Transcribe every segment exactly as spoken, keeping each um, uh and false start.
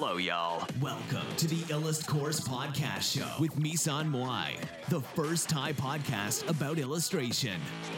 Hello, y'all. Welcome to the Illust Course Podcast Show with Misan Moai, the first Thai podcast about illustration.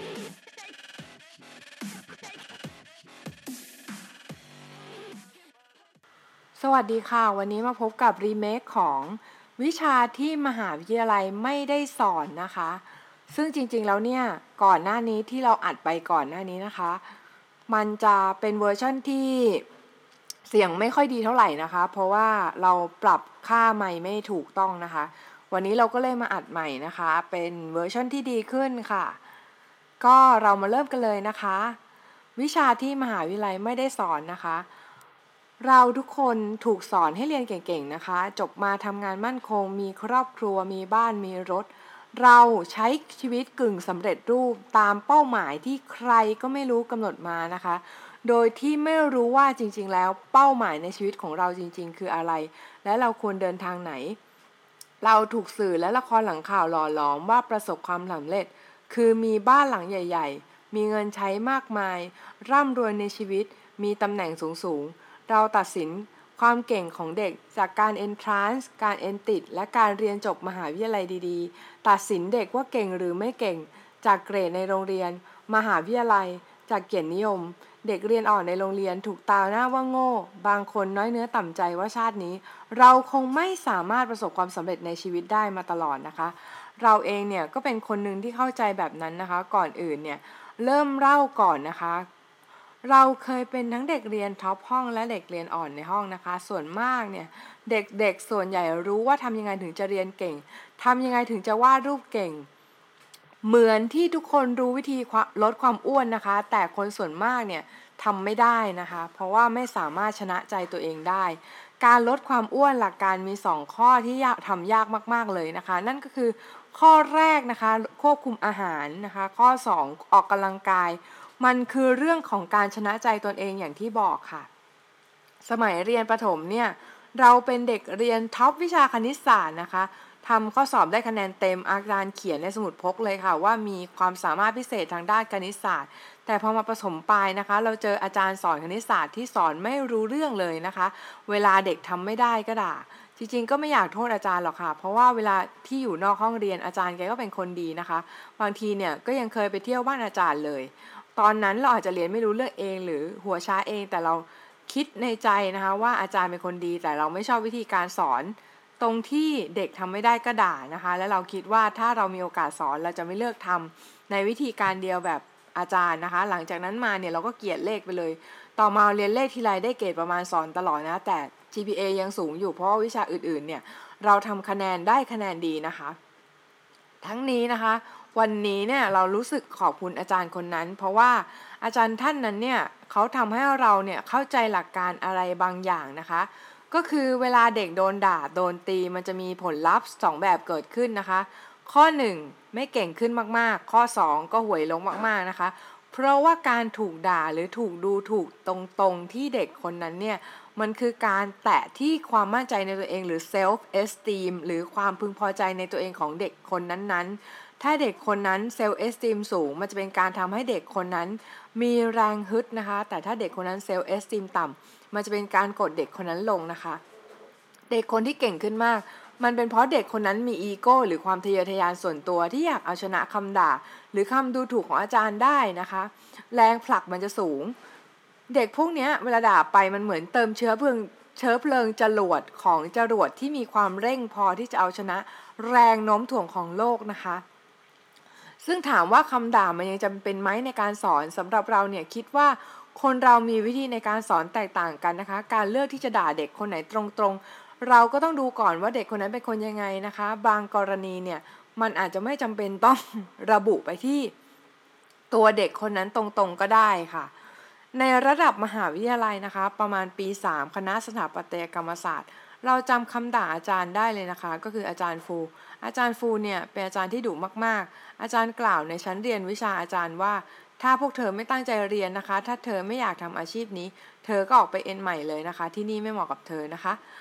สวัสดีค่ะวันนี้มาพบกับรีเมคของวิชาที่มหาวิทยาลัยไม่ได้สอนนะคะซึ่งจริงๆแล้วเนี่ยก่อนหน้านี้ที่เราอัดไปก่อนหน้านี้นะคะมันจะเป็นเวอร์ชันที่เสียงไม่ค่อยดีเท่าไหร่นะคะเพราะว่าเราปรับค่าไมค์ไม่ถูกต้องนะคะวันนี้เราก็เลยมาอัดใหม่นะคะเป็นเวอร์ชันที่ดีขึ้นค่ะก็เรามาเริ่มกันเลยนะคะวิชาที่มหาวิทยาลัยไม่ได้สอนนะคะเราทุกคนถูกสอนให้เรียนเก่งๆนะคะจบมาทำงานมั่นคงมีครอบครัวมีบ้านมีรถเราใช้ชีวิตกึ่งสำเร็จรูปตามเป้าหมายที่ใครก็ไม่รู้กำหนดมานะคะโดยที่ไม่รู้ว่าจริงๆแล้วเป้าหมายในชีวิตของเราจริงๆคืออะไรและเราควรเดินทางไหนเราถูกสื่อและละครหลังข่าวหล่อหลอมว่าประสบความสำเร็จคือมีบ้านหลังใหญ่ๆมีเงินใช้มากมายร่ำรวยในชีวิตมีตำแหน่งสูงๆเราตัดสินความเก่งของเด็กจากการ Entrance การ Entrance และการเรียนจบมหาวิทยาลัยดีๆตัดสินเด็กว่าเก่งหรือไม่เก่งจากเกรดในโรงเรียนมหาวิทยาลัยจากเกียรตินิยมเด็กเรียนอ่อนในโรงเรียนถูกตาหน้าว่าโง่บางคนน้อยเนื้อต่ำใจว่าชาตินี้เราคงไม่สามารถประสบความสำเร็จในชีวิตได้มาตลอดนะคะเราเองเนี่ยก็เป็นคนหนึ่งที่เข้าใจแบบนั้นนะคะก่อนอื่นเนี่ยเริ่มเล่าก่อนนะคะเราเคยเป็นทั้งเด็กเรียนท็อปห้องและเด็กเรียนอ่อนในห้องนะคะส่วนมากเนี่ยเด็กๆส่วนใหญ่รู้ว่าทำยังไงถึงจะเรียนเก่งทำยังไงถึงจะวาดรูปเก่งเหมือนที่ทุกคนรู้วิธีลดความอ้วนนะคะแต่คนส่วนมากเนี่ยทำไม่ได้นะคะเพราะว่าไม่สามารถชนะใจตัวเองได้การลดความอ้วนหลักการมีสองข้อที่ยากทำยากมากๆเลยนะคะนั่นก็คือข้อแรกนะคะควบคุมอาหารนะคะข้อสองออกกำลังกายมันคือเรื่องของการชนะใจตนเองอย่างที่บอกค่ะสมัยเรียนประถมเนี่ยเราเป็นเด็กเรียนท็อปวิชาคณิตศาสตร์นะคะทำข้อสอบได้คะแนนเต็มอาจารย์เขียนในสมุดพกเลยค่ะว่ามีความสามารถพิเศษทางด้านคณิตศาสตร์แต่พอมาประถมปลายนะคะเราเจออาจารย์สอนคณิตศาสตร์ที่สอนไม่รู้เรื่องเลยนะคะเวลาเด็กทำไม่ได้ก็ด่าจริงๆก็ไม่อยากโทษอาจารย์หรอกค่ะเพราะว่าเวลาที่อยู่นอกห้องเรียนอาจารย์แกก็เป็นคนดีนะคะบางทีเนี่ยก็ยังเคยไปเที่ยวบ้านอาจารย์เลยตอนนั้นเราอาจจะเรียนไม่รู้เรื่องเองหรือหัวช้าเองแต่เราคิดในใจนะคะว่าอาจารย์เป็นคนดีแต่เราไม่ชอบวิธีการสอนตรงที่เด็กทำไม่ได้ก็ด่านะคะและเราคิดว่าถ้าเรามีโอกาสสอนเราจะไม่เลิกทำในวิธีการเดียวแบบอาจารย์นะคะหลังจากนั้นมาเนี่ยเราก็เกลียดเลขไปเลยต่อมาเรียนเลขทีไรได้เกรดประมาณสอนตลอดนะแต่ จี พี เอ ยังสูงอยู่เพราะว่าวิชาอื่นๆเนี่ยเราทำคะแนนได้คะแนนดีนะคะทั้งนี้นะคะวันนี้เนี่ยเรารู้สึกขอบคุณอาจารย์คนนั้นเพราะว่าอาจารย์ท่านนั้นเนี่ยเขาทำให้เราเนี่ยเข้าใจหลักการอะไรบางอย่างนะคะก็คือเวลาเด็กโดนด่าโดนตีมันจะมีผลลัพธ์สองแบบเกิดขึ้นนะคะข้อหนึ่งไม่เก่งขึ้นมากๆข้อสองก็ห่วยลงมากๆนะคะเพราะว่าการถูกด่าหรือถูกดูถูกตรงๆที่เด็กคนนั้นเนี่ยมันคือการแตะที่ความมั่นใจในตัวเองหรือ self esteem หรือความพึงพอใจในตัวเองของเด็กคนนั้นๆถ้าเด็กคนนั้น self esteem สูงมันจะเป็นการทำให้เด็กคนนั้นมีแรงฮึดนะคะแต่ถ้าเด็กคนนั้น self esteem ต่ำมันจะเป็นการกดเด็กคนนั้นลงนะคะเด็กคนที่เก่งขึ้นมากมันเป็นเพราะเด็กคนนั้นมีอีโก้หรือความทะเยอทะยานส่วนตัวที่อยากเอาชนะคำด่าหรือคำดูถูกของอาจารย์ได้นะคะแรงผลักมันจะสูงเด็กพวกนี้เวลาด่าไปมันเหมือนเติมเชื้อเพลิงเชื้อเพลิงจรวดของจรวดที่มีความเร่งพอที่จะเอาชนะแรงโน้มถ่วงของโลกนะคะซึ่งถามว่าคำด่ามันยังจำเป็นไหมในการสอนสำหรับเราเนี่ยคิดว่าคนเรามีวิธีในการสอนแตกต่างกันนะคะการเลือกที่จะด่าเด็กคนไหนตรงๆเราก็ต้องดูก่อนว่าเด็กคนนั้นเป็นคนยังไงนะคะบางกรณีเนี่ยมันอาจจะไม่จำเป็นต้องระบุไปที่ตัวเด็กคนนั้นตรงๆก็ได้ค่ะในระดับมหาวิทยาลัยนะคะประมาณปีสามคณะสถาปัตยกรรมศาสตร์เราจำคำด่าอาจารย์ได้เลยนะคะก็คืออาจารย์ฟูอาจารย์ฟูเนี่ยเป็นอาจารย์ที่ดุมากๆอาจารย์กล่าวในชั้นเรียนวิชาอาจารย์ว่าถ้าพวกเธอไม่ตั้งใจเรียนนะคะถ้าเธอไม่อยากทำอาชีพนี้เธอก็ออกไปเอ็นใหม่เลยนะคะที่นี่ไม่เหมาะกับเธอนะคะ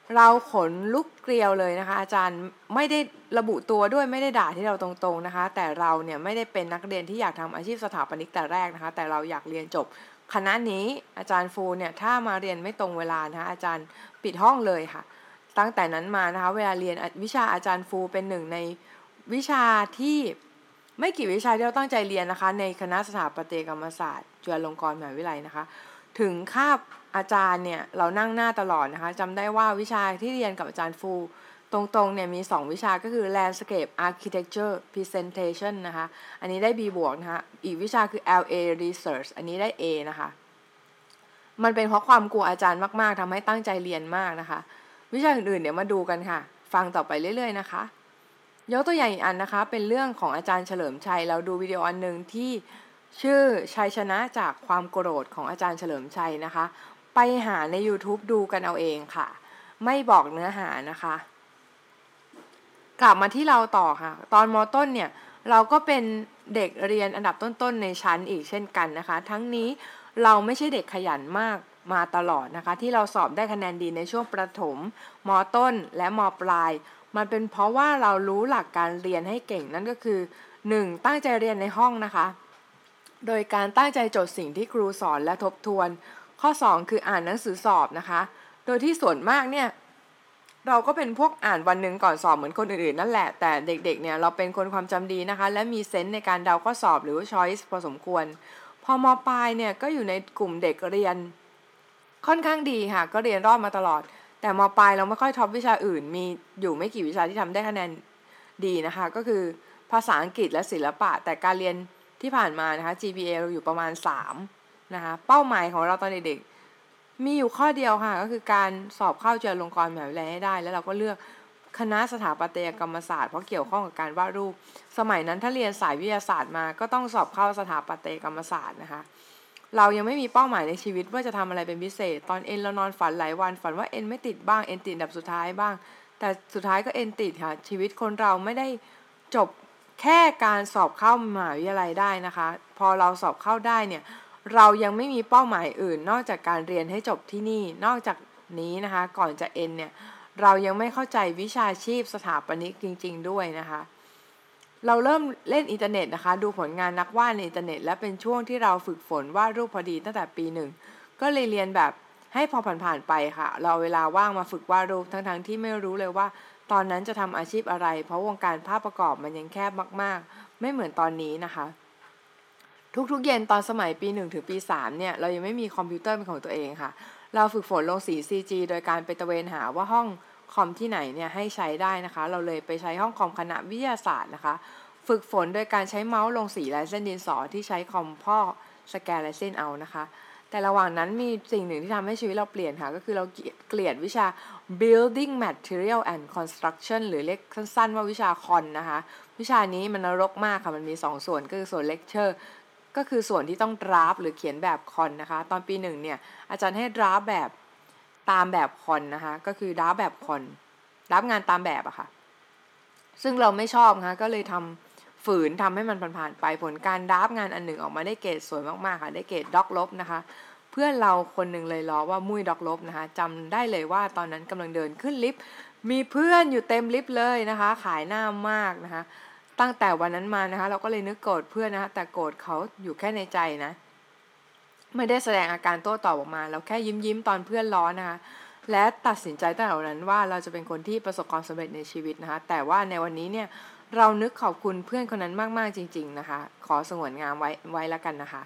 เราขนลุกเกลียวเลยนะคะอาจารย์ไม่ได้ระบุตัวด้วยไม่ได้ด่าที่เราตรงๆนะคะแต่เราเนี่ยไม่ได้เป็นนักเรียนที่อยากทำอาชีพสถาปนิกแต่แรกนะคะแต่เราอยากเรียนจบคณะนี้อาจารย์ฟูเนี่ยถ้ามาเรียนไม่ตรงเวลานะคะอาจารย์ปิดห้องเลยค่ะตั้งแต่นั้นมานะคะเวลาเรียนวิชาอาจารย์ฟูเป็นหนึ่งในวิชาที่ไม่กี่วิชาที่เราตั้งใจเรียนนะคะในคณะสถาปัตยกรรมศาสตร์จุฬาลงกรณ์มหาวิทยาลัยนะคะถึงคาบอาจารย์เนี่ยเรานั่งหน้าตลอดนะคะจำได้ว่าวิชาที่เรียนกับอาจารย์ฟูตรงๆเนี่ยมีสองวิชาก็คือ Landscape Architecture Presentation นะคะอันนี้ได้ B บวกนะคะอีกวิชาคือ แอล เอ Research อันนี้ได้ A นะคะมันเป็นเพราะความกลัวอาจารย์มากๆทำให้ตั้งใจเรียนมากนะคะวิชาอื่นๆเดี๋ยวมาดูกันค่ะฟังต่อไปเรื่อยๆนะคะยกตัวอย่างอีกอันนะคะเป็นเรื่องของอาจารย์เฉลิมชัยเราดูวิดีโออันนึงที่ชื่อชัยชนะจากความโกรธของอาจารย์เฉลิมชัยนะคะไปหาใน YouTube ดูกันเอาเองค่ะไม่บอกเนื้อหานะคะกลับมาที่เราต่อค่ะตอนม.ต้นเนี่ยเราก็เป็นเด็กเรียนอันดับต้นๆในชั้นอีกเช่นกันนะคะทั้งนี้เราไม่ใช่เด็กขยันมากมาตลอดนะคะที่เราสอบได้คะแนนดีในช่วงประถมม.ต้นและม.ปลายมันเป็นเพราะว่าเรารู้หลักการเรียนให้เก่งนั่นก็คือหนึ่งตั้งใจเรียนในห้องนะคะโดยการตั้งใจจดสิ่งที่ครูสอนและทบทวนข้อสองคืออ่านหนังสือสอบนะคะโดยที่ส่วนมากเนี่ยเราก็เป็นพวกอ่านวันนึงก่อนสอบเหมือนคนอื่นๆนั่นแหละแต่เด็กๆเนี่ยเราเป็นคนความจำดีนะคะและมีเซนส์ในการเดาข้อสอบหรือว่า choice พอสมควรพอม.ปลายเนี่ยก็อยู่ในกลุ่มเด็กเรียนค่อนข้างดีค่ะก็เรียนรอดมาตลอดแต่ม.ปลายเราไม่ค่อยท็อปวิชาอื่นมีอยู่ไม่กี่วิชาที่ทำได้คะแนนดีนะคะก็คือภาษาอังกฤษและศิลปะแต่การเรียนที่ผ่านมานะคะ จี พี เอ เราอยู่ประมาณสามนะคะเป้าหมายของเราตอนเด็กๆมีอยู่ข้อเดียวค่ะก็คือการสอบเข้าจุฬาลงกรณ์มหาวิทยาลัยให้ได้แล้วเราก็เลือกคณะสถาปัตยกรรมศาสตร์เพราะเกี่ยวข้องกับการวาดรูปสมัยนั้นถ้าเรียนสายวิทยาศาสตร์มาก็ต้องสอบเข้าสถาปัตยกรรมศาสตร์นะคะเรายังไม่มีเป้าหมายในชีวิตว่าจะทำอะไรเป็นพิเศษตอนเอ็นเรานอนฝันหลายวันฝันว่าเอ็นไม่ติดบ้างเอ็นติดอันดับสุดท้ายบ้างแต่สุดท้ายก็เอ็นติดค่ะชีวิตคนเราไม่ได้จบแค่การสอบเข้ามหาวิทยาลัยได้นะคะพอเราสอบเข้าได้เนี่ยเรายังไม่มีเป้าหมายอื่นนอกจากการเรียนให้จบที่นี่นอกจากนี้นะคะก่อนจะเอ็นเนี่ยเรายังไม่เข้าใจวิชาชีพสถาปนิกจริงๆด้วยนะคะเราเริ่มเล่นอินเทอร์เน็ตนะคะดูผลงานนักวาดในอินเทอร์เน็ตและเป็นช่วงที่เราฝึกฝนวาดรูปพอดีตั้งแต่ปีหนึ่งก็เลยเรียนแบบให้พอผ่านๆไปค่ะเราเวลาว่างมาฝึกวาดรูปทั้งๆที่ไม่รู้เลยว่าตอนนั้นจะทำอาชีพอะไรเพราะวงการภาพประกอบมันยังแคบมากๆไม่เหมือนตอนนี้นะคะทุกๆเย็นตอนสมัยปีหนึ่งถึงปีสามเนี่ยเรายังไม่มีคอมพิวเตอร์เป็นของตัวเองค่ะเราฝึกฝนลงสี ซี จี โดยการไปตระเวนหาว่าห้องคอมที่ไหนเนี่ยให้ใช้ได้นะคะเราเลยไปใช้ห้องคอมคณะวิทยาศาสตร์นะคะฝึกฝนโดยการใช้เมาส์ลงสีลายเส้นดินสอที่ใช้คอมพ่อสแกนลายเส้นเอานะคะแต่ระหว่างนั้นมีสิ่งหนึ่งที่ทำให้ชีวิตเราเปลี่ยนค่ะก็คือเราเกลียดวิชา building material and construction หรือเรียกสั้นๆว่าวิชาคอนนะคะวิชานี้มันนรกมากค่ะมันมีสองส่วนก็คือส่วน lecture ก็คือส่วนที่ต้องดราฟหรือเขียนแบบคอนนะคะตอนปีหนึ่งเนี่ยอาจารย์ให้ดราฟแบบตามแบบคอนนะคะก็คือดราฟแบบคอนดราฟงานตามแบบอะค่ะซึ่งเราไม่ชอบนะคะก็เลยทำฝืนทำให้มันผ่านๆไปผลการดราฟงานอันหนึ่งออกมาได้เกรดสวยมากๆค่ะได้เกรดด็อกลบนะคะเพื่อนเราคนหนึ่งเลยล้อว่ามุ้ยด็อกลบนะคะจำได้เลยว่าตอนนั้นกำลังเดินขึ้นลิฟต์มีเพื่อนอยู่เต็มลิฟต์เลยนะคะขายหน้ามากนะคะตั้งแต่วันนั้นมานะคะเราก็เลยนึกโกรธเพื่อนนะคะแต่โกรธเขาอยู่แค่ในใจนะไม่ได้แสดงอาการโต้ตอบออกมาเราแค่ยิ้มยิ้มตอนเพื่อนล้อนะคะและตัดสินใจตั้งแต่วันนั้นว่าเราจะเป็นคนที่ประสบความสำเร็จในชีวิตนะคะแต่ว่าในวันนี้เนี่ยเรานึกขอบคุณเพื่อนคนนั้นมากๆจริงๆนะคะขอสงวนงามไว้ไว้แล้วกันนะคะ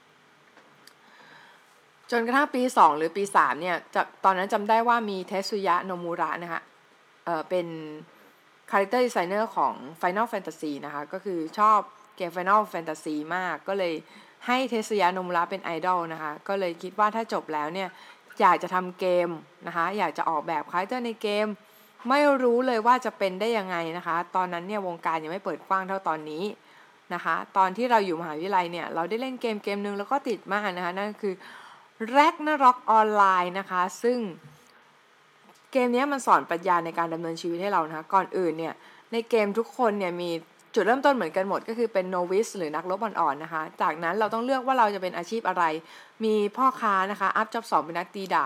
จนกระทั่งปีสองหรือปีสามเนี่ยตอนนั้นจำได้ว่ามีเทสุยะโนมุระนะคะเอ่อเป็นCharacter Designer ของ Final Fantasy นะคะก็คือชอบเกม Final Fantasy มากก็เลยให้เทสุยะโนมุระเป็นไอดอลนะคะก็เลยคิดว่าถ้าจบแล้วเนี่ยอยากจะทำเกมนะคะอยากจะออกแบบคาแรคเตอร์ในเกมไม่รู้เลยว่าจะเป็นได้ยังไงนะคะตอนนั้นเนี่ยวงการยังไม่เปิดกว้างเท่าตอนนี้นะคะตอนที่เราอยู่มหาวิทยาลัยเนี่ยเราได้เล่นเกมเกมนึงแล้วก็ติดมากนะคะนั่นคือ Ragnarok Online นะคะซึ่งเกมนี้มันสอนปรัชญาในการดำเนินชีวิตให้เรานะคะก่อนอื่นเนี่ยในเกมทุกคนเนี่ยมีจุดเริ่มต้นเหมือนกันหมดก็คือเป็นโนวิสหรือนักรบอ่อนๆนะคะจากนั้นเราต้องเลือกว่าเราจะเป็นอาชีพอะไรมีพ่อค้านะคะอัพจ็อบสองเป็นนักตีดาบ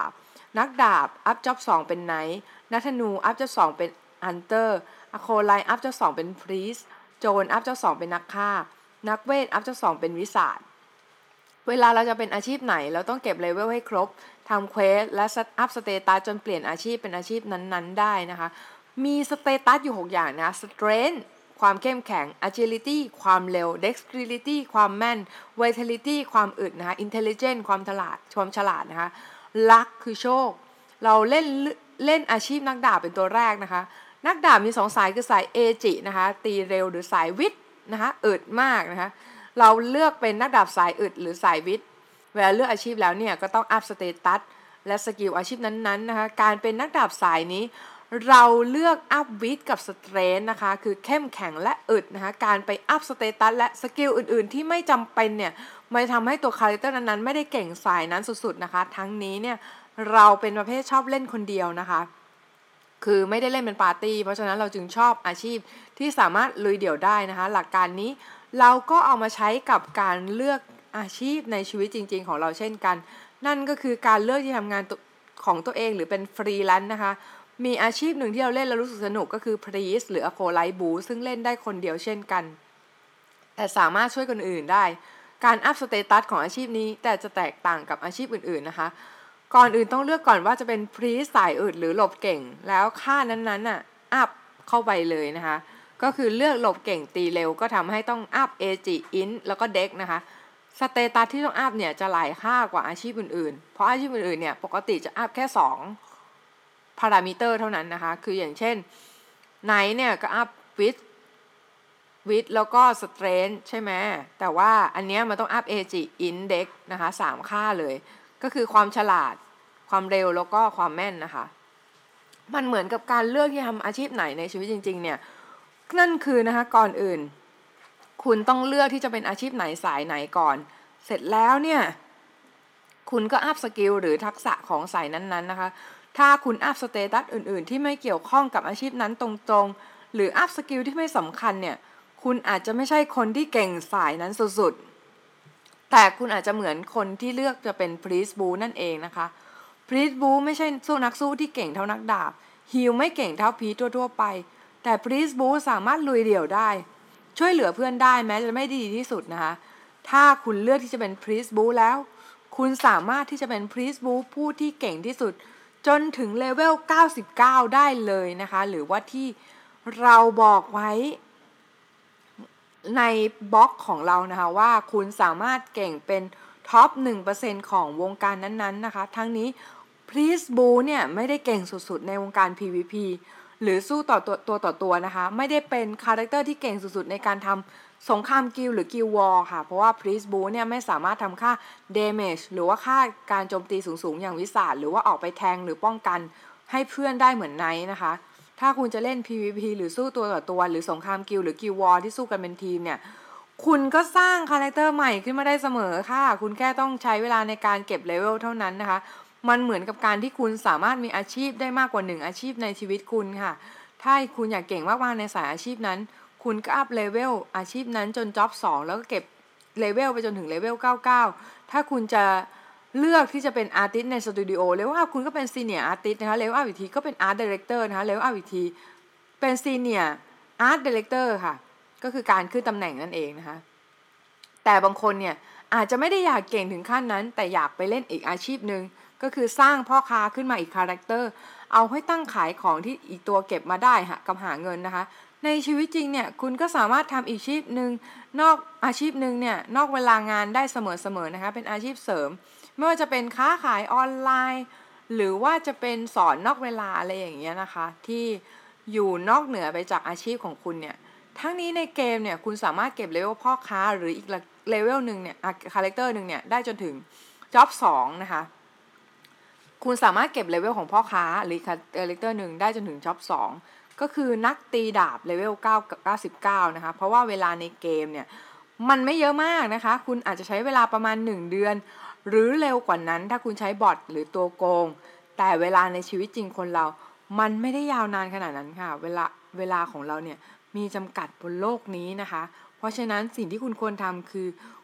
นักดาบอัพจ็อบสองเป็นไนท์นักธนูอัพจ็อบสองเป็นฮันเตอร์อะโคไลอัพจ็อบสองเป็นพรีสโจรอัพจ็อบสองเป็นนักฆ่านักเวทอัพจ็อบสองเป็นวิสาจเวลาเราจะเป็นอาชีพไหนเราต้องเก็บเลเวลให้ครบทำเควสและอัพสเตตัสจนเปลี่ยนอาชีพเป็นอาชีพนั้นๆได้นะคะมีสเตตัสอยู่หกอย่างนะ Strength ความเข้มแข็ง Agility ความเร็ว Dexterity ความแม่น Vitality ความอึดนะคะ Intelligence ความฉลาดความฉลาดนะคะ Luck คือโชคเราเล่นเล่นอาชีพนักดาบเป็นตัวแรกนะคะนักดาบมีสองสายคือสายเอจินะคะตีเร็วหรือสายวิทย์นะคะอึดมากนะคะเราเลือกเป็นนักดาบสายอึดหรือสายวิทย์เวลาเลือกอาชีพแล้วเนี่ยก็ต้องอัพสเตตัสและสกิลอาชีพนั้นๆนะคะการเป็นนักดาบสายนี้เราเลือกอัพวิทกับสเตรนท์นะคะคือเข้มแข็งและอึดนะคะการไปอัพสเตตัสและสกิลอื่นๆที่ไม่จำเป็นเนี่ยมันทำให้ตัวคาแรคเตอร์นั้นๆไม่ได้เก่งสายนั้นสุดๆนะคะทั้งนี้เนี่ยเราเป็นประเภทชอบเล่นคนเดียวนะคะคือไม่ได้เล่นเป็นปาร์ตี้เพราะฉะนั้นเราจึงชอบอาชีพที่สามารถลุยเดี่ยวได้นะคะหลักการนี้เราก็เอามาใช้กับการเลือกอาชีพในชีวิตจริงๆของเราเช่นกันนั่นก็คือการเลือกที่ทำงานของตัวเองหรือเป็นฟรีแลนซ์นะคะมีอาชีพหนึ่งที่เราเล่นแล้วรู้สึกสนุกก็คือพรีสหรืออโคไลท์บูซึ่งเล่นได้คนเดียวเช่นกันแต่สามารถช่วยคนอื่นได้การอัพสเตตัสของอาชีพนี้แต่จะแตกต่างกับอาชีพอื่นๆนะคะก่อนอื่นต้องเลือกก่อนว่าจะเป็นพรีสสายอึดหรือหลบเก่งแล้วค่านั้นๆน่ะอัพเข้าไปเลยนะคะก็คือเลือกหลบเก่งตีเร็วก็ทำให้ต้องอัพเอจิอินแล้วก็เด็กนะคะสเตตัสที่ต้องอัพเนี่ยจะหลายค่ากว่าอาชีพอื่นๆเพราะอาชีพอื่นๆเนี่ยปกติจะอัพแค่สองพารามิเตอร์เท่านั้นนะคะคืออย่างเช่นไนท์เนี่ยก็อัพวิทวิทแล้วก็สเตรนท์ใช่ไหมแต่ว่าอันเนี้ยมันต้องอัพเอจิอินเด็กนะคะสามค่าเลยก็คือความฉลาดความเร็วแล้วก็ความแม่นนะคะมันเหมือนกับการเลือกที่ทำอาชีพไหนในชีวิตจริงๆเนี่ยนั่นคือนะคะก่อนอื่นคุณต้องเลือกที่จะเป็นอาชีพไหนสายไหนก่อนเสร็จแล้วเนี่ยคุณก็อัพสกิลหรือทักษะของสายนั้นๆนะคะถ้าคุณอัพสเตตัสอื่นๆที่ไม่เกี่ยวข้องกับอาชีพนั้นตรงๆหรืออัพสกิลที่ไม่สำคัญเนี่ยคุณอาจจะไม่ใช่คนที่เก่งสายนั้นสุดๆแต่คุณอาจจะเหมือนคนที่เลือกจะเป็นพรีสบูนั่นเองนะคะพรีสบูไม่ใช่สู้นักสู้ที่เก่งเท่านักดาบฮีลไม่เก่งเท่าพีททั่วๆไปแต่พรีสบูสามารถลุยเดี่ยวได้ช่วยเหลือเพื่อนได้แม้จะไม่ดีที่สุดนะคะถ้าคุณเลือกที่จะเป็นพรีสบูแล้วคุณสามารถที่จะเป็นพรีสบูผู้ที่เก่งที่สุดจนถึงเลเวลเก้าสิบเก้าได้เลยนะคะหรือว่าที่เราบอกไว้ในบล็อกของเรานะคะว่าคุณสามารถเก่งเป็นท็อป หนึ่งเปอร์เซ็นต์ ของวงการนั้นๆนะคะทั้งนี้พรีสบูเนี่ยไม่ได้เก่งสุดๆในวงการ พี วี พี หรือสู้ต่อตัวตัวต่อตัวนะคะไม่ได้เป็นคาแรคเตอร์ที่เก่งสุดๆในการทำสงครามกิลด์หรือกิลด์วอร์ค่ะเพราะว่าพรีสบูเนี่ยไม่สามารถทำค่า damage หรือว่าค่าการโจมตีสูงๆอย่างวิสาจหรือว่าออกไปแทงหรือป้องกันให้เพื่อนได้เหมือนไนท์นะคะถ้าคุณจะเล่น พี วี พี หรือสู้ตัวต่อตัวหรือสงครามกิลด์หรือกิลด์วอร์ที่สู้กันเป็นทีมเนี่ยคุณก็สร้างคาแรคเตอร์ใหม่ขึ้นมาได้เสมอค่ะคุณแค่ต้องใช้เวลาในการเก็บเลเวลเท่านั้นนะคะมันเหมือนกับการที่คุณสามารถมีอาชีพได้มากกว่าหนึ่งอาชีพในชีวิตคุณค่ะถ้าคุณอยากเก่งมากๆในสายอาชีพนั้นคุณก็อัพเลเวลอาชีพนั้นจนจ็อบสองแล้วก็เก็บเลเวลไปจนถึงเลเวลเก้าสิบเก้าถ้าคุณจะเลือกที่จะเป็นอาร์ติสต์ในสตูดิโอเลเวลอัพคุณก็เป็นซีเนียร์อาร์ติสต์นะคะเลเวลอัพอีกทีก็เป็นอาร์ตไดเรคเตอร์นะคะเลเวลอัพอีกทีเป็นซีเนียร์อาร์ตไดเรคเตอร์ค่ะก็คือการขึ้นตำแหน่งนั่นเองนะคะแต่บางคนเนี่ยอาจจะไม่ได้อยากเก่งถึงขั้นนั้นแต่อยากไปเล่นอีกอาชีพนึงก็คือสร้างพ่อค้าขึ้นมาอีกคาแรคเตอร์เอาให้ตั้งขายของที่อีกตัวเก็บมาได้ค่ะกับหาเงินนะคะในชีวิตจริงเนี่ยคุณก็สามารถทำอีกอาชีพนึงนอกอาชีพนึงเนี่ยนอกเวลางานได้เสมอๆนะคะเป็นอาชีพเสริมไม่ว่าจะเป็นค้าขายออนไลน์หรือว่าจะเป็นสอนนอกเวลาอะไรอย่างเงี้ยนะคะที่อยู่นอกเหนือไปจากอาชีพของคุณเนี่ยทั้งนี้ในเกมเนี่ยคุณสามารถเก็บเลเวลพ่อค้าหรืออีกเลเวลนึงเนี่ยคาแรคเตอร์นึงเนี่ยได้จนถึงจ็อบสองนะคะคุณสามารถเก็บเลเวลของพ่อค้าหรือคาแรคเตอร์นึงได้จนถึงจ็อบสองก็คือนักตีดาบเลเวลเก้ากับเก้าสิบเก้านะคะเพราะว่าเวลาในเกมเนี่ยมันไม่เยอะมากนะคะคุณอาจจะใช้เวลาประมาณหนึ่งเดือนหรือเร็วกว่านั้นถ้าคุณใช้บอทหรือตัวโกงแต่เวลาในชีวิตจริงคนเรามันไม่ได้ยาวนานขนาดนั้นค่ะเวลาเวลาของเราเนี่ยมีจำกัดบนโลกนี้นะคะเพราะฉะนั้นสิ่งที่คุณควรทำคือ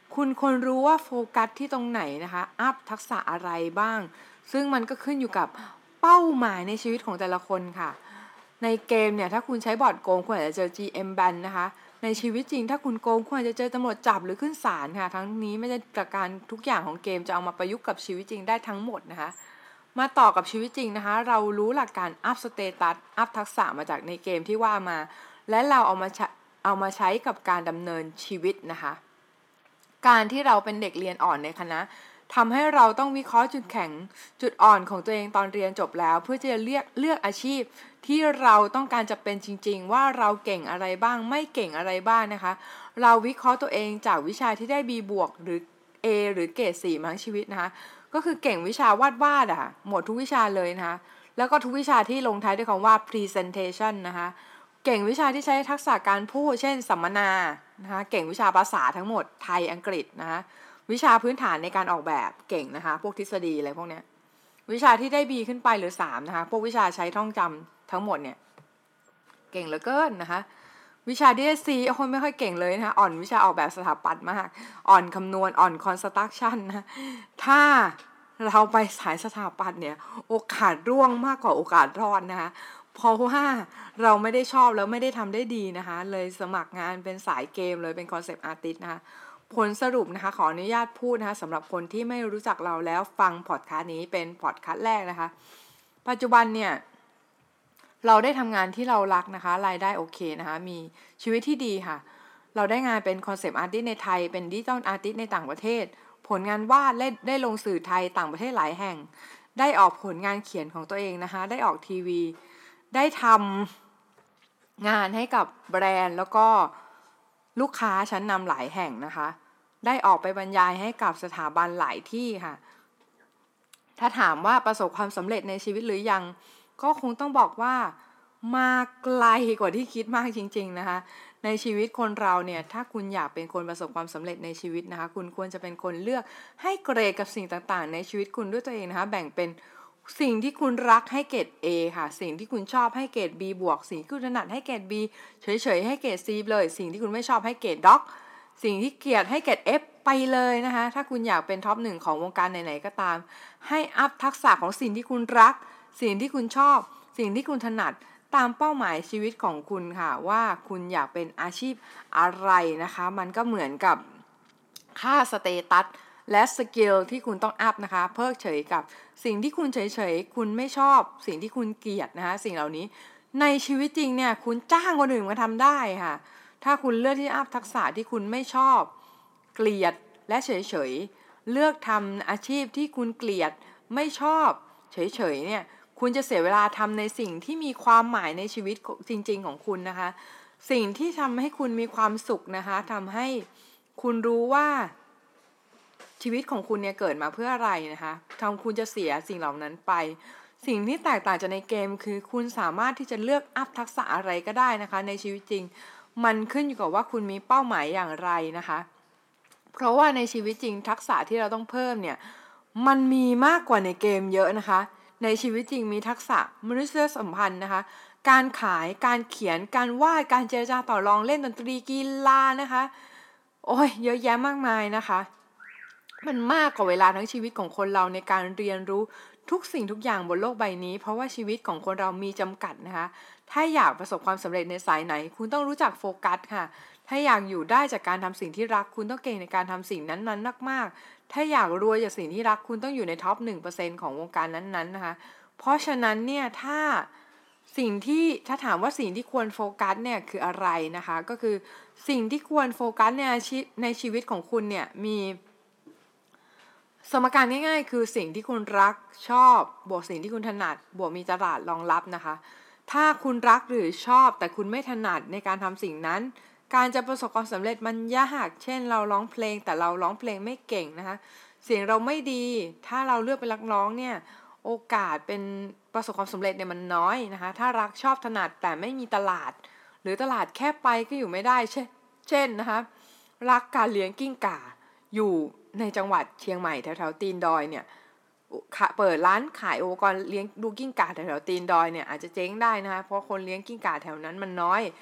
คุณควรรู้ว่าโฟกัสที่ตรงไหนนะคะอัพทักษะอะไรบ้างซึ่งมันก็ขึ้นอยู่กับเป้าหมายในชีวิตของแต่ละคนค่ะในเกมเนี่ยถ้าคุณใช้บอร์ดโกงคุณอาจจะเจอ จี เอ็ม แบนนะคะในชีวิตจริงถ้าคุณโกงคุณอาจจะเจอตำรวจจับหรือขึ้นศาลค่ะทั้งนี้ไม่ได้ประการทุกอย่างของเกมจะเอามาประยุกต์กับชีวิตจริงได้ทั้งหมดนะคะมาต่อกับชีวิตจริงนะคะเรารู้หลักการอัพสเตตัสอัพทักษะมาจากในเกมที่ว่ามาและเราเอามาเอามาใช้กับการดำเนินชีวิตนะคะการที่เราเป็นเด็กเรียนอ่อนในคณะทำให้เราต้องวิเคราะห์จุดแข็งจุดอ่อนของตัวเองตอนเรียนจบแล้วเพื่อจะเลือกเลือกอาชีพที่เราต้องการจะเป็นจริงๆว่าเราเก่งอะไรบ้างไม่เก่งอะไรบ้างนะคะเราวิเคราะห์ตัวเองจากวิชาที่ได้ B บวกหรือ A หรือเกรดสี่มาทั้งชีวิตนะคะก็คือเก่งวิชาวาดวาดอะหมดทุกวิชาเลยนะคะแล้วก็ทุกวิชาที่ลงท้ายด้วยคำว่า presentation นะคะเก่งวิชาที่ใช้ทักษะการพูดเช่นสัมมนานะคะเก่งวิชาภาษาทั้งหมดไทยอังกฤษนะคะวิชาพื้นฐานในการออกแบบเก่งนะคะพวกทฤษฎีอะไรพวกเนี้ยวิชาที่ได้ B ขึ้นไปหรือสามนะคะพวกวิชาใช้ท่องจำทั้งหมดเนี่ยเก่งเหลือเกินนะคะวิชาที่ได้ C โอ้ยไม่ค่อยเก่งเลยนะคะอ่อนวิชาออกแบบสถาปัตย์มากอ่อนคำนวณอ่อน construction นะถ้าเราไปสายสถาปัตย์เนี่ยโอกาสร่วงมากกว่าโอกาสรอดนะคะเพราะว่าเราไม่ได้ชอบแล้วไม่ได้ทำได้ดีนะคะเลยสมัครงานเป็นสายเกมเลยเป็นคอนเซปต์อาร์ติสต์นะคะผลสรุปนะคะขออนุญาตพูดนะคะสำหรับคนที่ไม่รู้จักเราแล้วฟังพอดคาสต์นี้เป็นพอดคาสต์แรกนะคะปัจจุบันเนี่ยเราได้ทำงานที่เรารักนะคะรายได้โอเคนะคะมีชีวิตที่ดีค่ะเราได้งานเป็นคอนเซปต์อาร์ติสต์ในไทยเป็นดิจิทัลอาร์ติสต์ในต่างประเทศผลงานวาดได้ได้ลงสื่อไทยต่างประเทศหลายแห่งได้ออกผลงานเขียนของตัวเองนะคะได้ออกทีวีได้ทำงานให้กับแบรนด์แล้วก็ลูกค้าชั้นนำหลายแห่งนะคะได้ออกไปบรรยายให้กับสถาบันหลายที่ค่ะถ้าถามว่าประสบความสำเร็จในชีวิตหรือยังก็คงต้องบอกว่ามาไกลกว่าที่คิดมากจริงๆนะคะในชีวิตคนเราเนี่ยถ้าคุณอยากเป็นคนประสบความสำเร็จในชีวิตนะคะคุณควรจะเป็นคนเลือกให้เกรดกับสิ่งต่างๆในชีวิตคุณด้วยตัวเองนะคะแบ่งเป็นสิ่งที่คุณรักให้เกรด A ค่ะสิ่งที่คุณชอบให้เกรด B บวกสิ่งที่คุณถนัดให้เกรด B เฉยๆให้เกรด C เลยสิ่งที่คุณไม่ชอบให้เกรดด็อกสิ่งที่เกลียดให้เกรด F ไปเลยนะคะถ้าคุณอยากเป็นท็อปหนึ่งของวงการไหนๆก็ตามให้อัพทักษะของสิ่งที่คุณรักสิ่งที่คุณชอบสิ่งที่คุณถนัดตามเป้าหมายชีวิตของคุณค่ะว่าคุณอยากเป็นอาชีพอะไรนะคะมันก็เหมือนกับค่าสเตตัสและสกิลที่คุณต้องอัพนะคะเพิกเฉยกับสิ่งที่คุณเฉยๆคุณไม่ชอบสิ่งที่คุณเกลียดนะคะสิ่งเหล่านี้ในชีวิตจริงเนี่ยคุณจ้างคนอื่นมาทำได้ค่ะถ้าคุณเลือกที่อัพทักษะที่คุณไม่ชอบเกลียดและเฉยๆเลือกทำอาชีพที่คุณเกลียดไม่ชอบเฉยๆเนี่ยคุณจะเสียเวลาทำในสิ่งที่มีความหมายในชีวิตจริงๆของคุณนะคะสิ่งที่ทำให้คุณมีความสุขนะคะทำให้คุณรู้ว่าชีวิตของคุณเนี่ยเกิดมาเพื่ออะไรนะคะทำคุณจะเสียสิ่งเหล่านั้นไปสิ่งที่แตกต่างจากในเกมคือคุณสามารถที่จะเลือกอัพทักษะอะไรก็ได้นะคะในชีวิตจริงมันขึ้นอยู่กับว่าคุณมีเป้าหมายอย่างไรนะคะเพราะว่าในชีวิตจริงทักษะที่เราต้องเพิ่มเนี่ยมันมีมากกว่าในเกมเยอะนะคะในชีวิตจริงมีทักษะมนุษยสัมพันธ์นะคะการขายการเขียนการวาดการเจรจาต่อรองเล่นดนตรีกีฬานะคะโอ้ยเยอะแยะมากมายนะคะมันมากกว่าเวลาทั้งชีวิตของคนเราในการเรียนรู้ทุกสิ่งทุกอย่างบนโลกใบนี้เพราะว่าชีวิตของคนเรามีจำกัดนะคะถ้าอยากประสบความสำเร็จในสายไหนคุณต้องรู้จักโฟกัสค่ะถ้าอยากอยู่ได้จากการทำสิ่งที่รักคุณต้องเก่งในการทำสิ่งนั้นๆมากๆถ้าอยากรวยจากสิ่งที่รักคุณต้องอยู่ในท็อป หนึ่งเปอร์เซ็นต์ ของวงการนั้นๆนะคะเพราะฉะนั้นเนี่ยถ้าสิ่งที่ถ้าถามว่าสิ่งที่ควรโฟกัสเนี่ยคืออะไรนะคะก็คือสิ่งที่ควรโฟกัสในอาชีพในชีวิตของคุณเนี่ยมีสมการง่ายๆคือสิ่งที่คุณรักชอบบวกสิ่งที่คุณถนัดบวกมีตลาดรองรับนะคะถ้าคุณรักหรือชอบแต่คุณไม่ถนัดในการทำสิ่งนั้นการจะประสบความสำเร็จมันยากเช่นเราร้องเพลงแต่เราร้องเพลงไม่เก่งนะคะเสียงเราไม่ดีถ้าเราเลือกเป็นนักร้องเนี่ยโอกาสเป็นประสบความสำเร็จเนี่ยมันน้อยนะคะถ้ารักชอบถนัดแต่ไม่มีตลาดหรือตลาดแค่ไปก็อยู่ไม่ได้เช่นเช่นนะคะรักการเลี้ยงกิ้งก่าอยู่ในจังหวัดเชียงใหม่แถวๆตีนดอยเนี่ยเปิดร้านขายอุปกรณ์เลี้ยงดูกิ้งก่าแถวๆตีนดอยเนี่ยอาจจะเจ๊งได้นะคะเพราะคนเลี้ยงกิ้งก่าแถวนั้นมันน้อย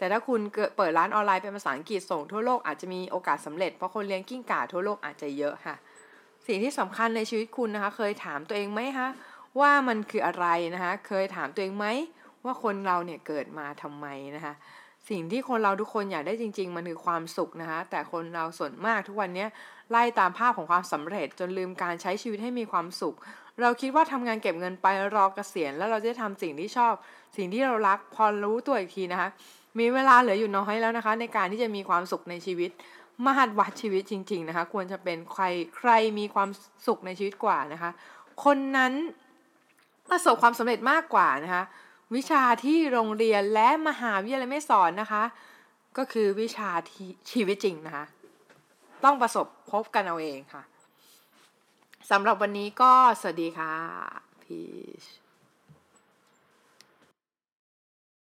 แต่ถ้าคุณเปิดร้านออนไลน์เป็นภาษาอังกฤษส่งทั่วโลกอาจจะมีโอกาสสำเร็จเพราะคนเลี้ยงกิ้งก่าทั่วโลกอาจจะเยอะค่ะสิ่งที่สำคัญในชีวิตคุณนะคะเคยถามตัวเองไหมคะว่ามันคืออะไรนะคะเคยถามตัวเองไหมว่าคนเราเนี่ยเกิดมาทำไมนะคะสิ่งที่คนเราทุกคนอยากได้จริงๆมันคือความสุขนะคะแต่คนเราส่วนมากทุกวันนี้ไล่ตามภาพของความสำเร็จจนลืมการใช้ชีวิตให้มีความสุขเราคิดว่าทำงานเก็บเงินไปรอเกษียณแล้วเราจะทำสิ่งที่ชอบสิ่งที่เรารักพอรู้ตัวอีกทีนะคะมีเวลาเหลืออยู่น้อยแล้วนะคะในการที่จะมีความสุขในชีวิตมหัศวรรษชีวิตจริงๆนะคะควรจะเป็นใครใครมีความสุขในชีวิตกว่านะคะคนนั้นประสบความสำเร็จมากกว่านะคะวิชาที่โรงเรียนและมหาวิทยาลัยไม่สอนนะคะก็คือวิชาที่ชีวิตจริงนะคะต้องประสบพบกันเอาเองค่ะสำหรับวันนี้ก็สวัสดีค่ะ Peace